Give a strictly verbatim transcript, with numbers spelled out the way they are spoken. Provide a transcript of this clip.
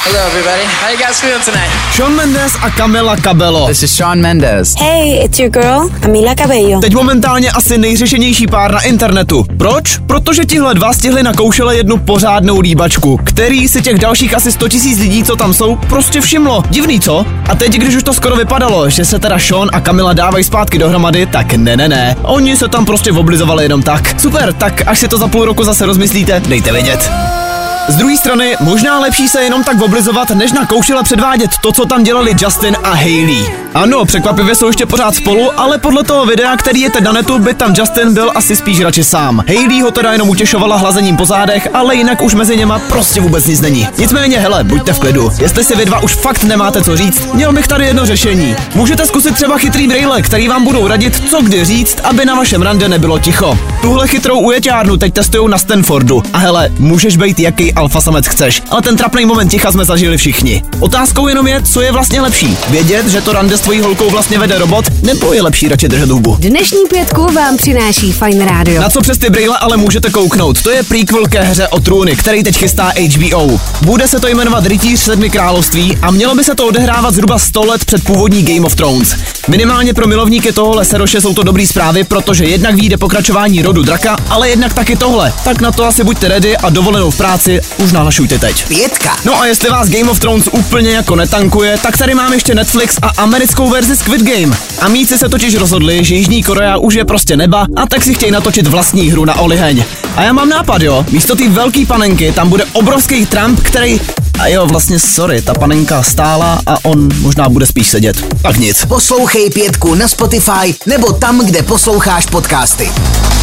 Hello everybody, how you guys feeling tonight? Shawn Mendes a Camila Cabello. This is Shawn Mendes. Hey, it's your girl, Camila Cabello. Teď momentálně asi nejřešenější pár na internetu. Proč? Protože tihle dva stihli na koušele jednu pořádnou líbačku, který si těch dalších asi sto tisíc lidí, co tam jsou, prostě všimlo. Divný, co? A teď, když už to skoro vypadalo, že se teda Shawn a Camila dávají zpátky dohromady, tak ne, ne, ne. Oni se tam prostě oblizovali jenom tak. Super, tak až si to za půl roku zase rozmyslíte, dejte vědět. Z druhé strany, možná lepší se jenom tak oblizovat, než na koušele předvádět to, co tam dělali Justin a Hailey. Ano, překvapivě jsou ještě pořád spolu, ale podle toho videa, který je teď na netu, by tam Justin byl asi spíš radši sám. Hailey ho teda jenom utěšovala hlazením po zádech, ale jinak už mezi něma prostě vůbec nic není. Nicméně, hele, buďte v klidu. Jestli si vy dva už fakt nemáte co říct, měl bych tady jedno řešení. Můžete zkusit třeba chytrý brejle, který vám budou radit, co kdy říct, aby na vašem rande nebylo ticho. Tuhle chytrou ujeťárnu teď testujou na Stanfordu. A hele, můžeš být jaký alfa samec chceš, ale ten trapný moment ticha jsme zažili všichni. Otázkou jenom je, co je vlastně lepší. Vědět, že to rande s tvojí holkou vlastně vede robot, nebo je lepší radši držet hubu. Dnešní pětku vám přináší Fajn rádio. Na co přes ty brýle ale můžete kouknout, to je prequel ke hře o trůny, který teď chystá H B O. Bude se to jmenovat Rytíř sedmi království a mělo by se to odehrávat zhruba sto let před původní Game of Thrones. Minimálně pro milovníky tohohle seroše jsou to dobrý zprávy, protože jednak vyjde pokračování rodu draka, ale jednak taky tohle. Tak na to asi buďte ready a dovolenou v práci už nahlašujte teď. Pětka. No a jestli vás Game of Thrones úplně jako netankuje, tak tady mám ještě Netflix a americkou verzi Squid Game. Amíci se totiž rozhodli, že Jižní Korea už je prostě neba, a tak si chtějí natočit vlastní hru na oliheň. A já mám nápad, jo, místo té velké panenky tam bude obrovský Trump, který... A jo, vlastně sorry, ta panenka stála a on možná bude spíš sedět. Tak nic. Poslouchej Pětku na Spotify nebo tam, kde posloucháš podcasty.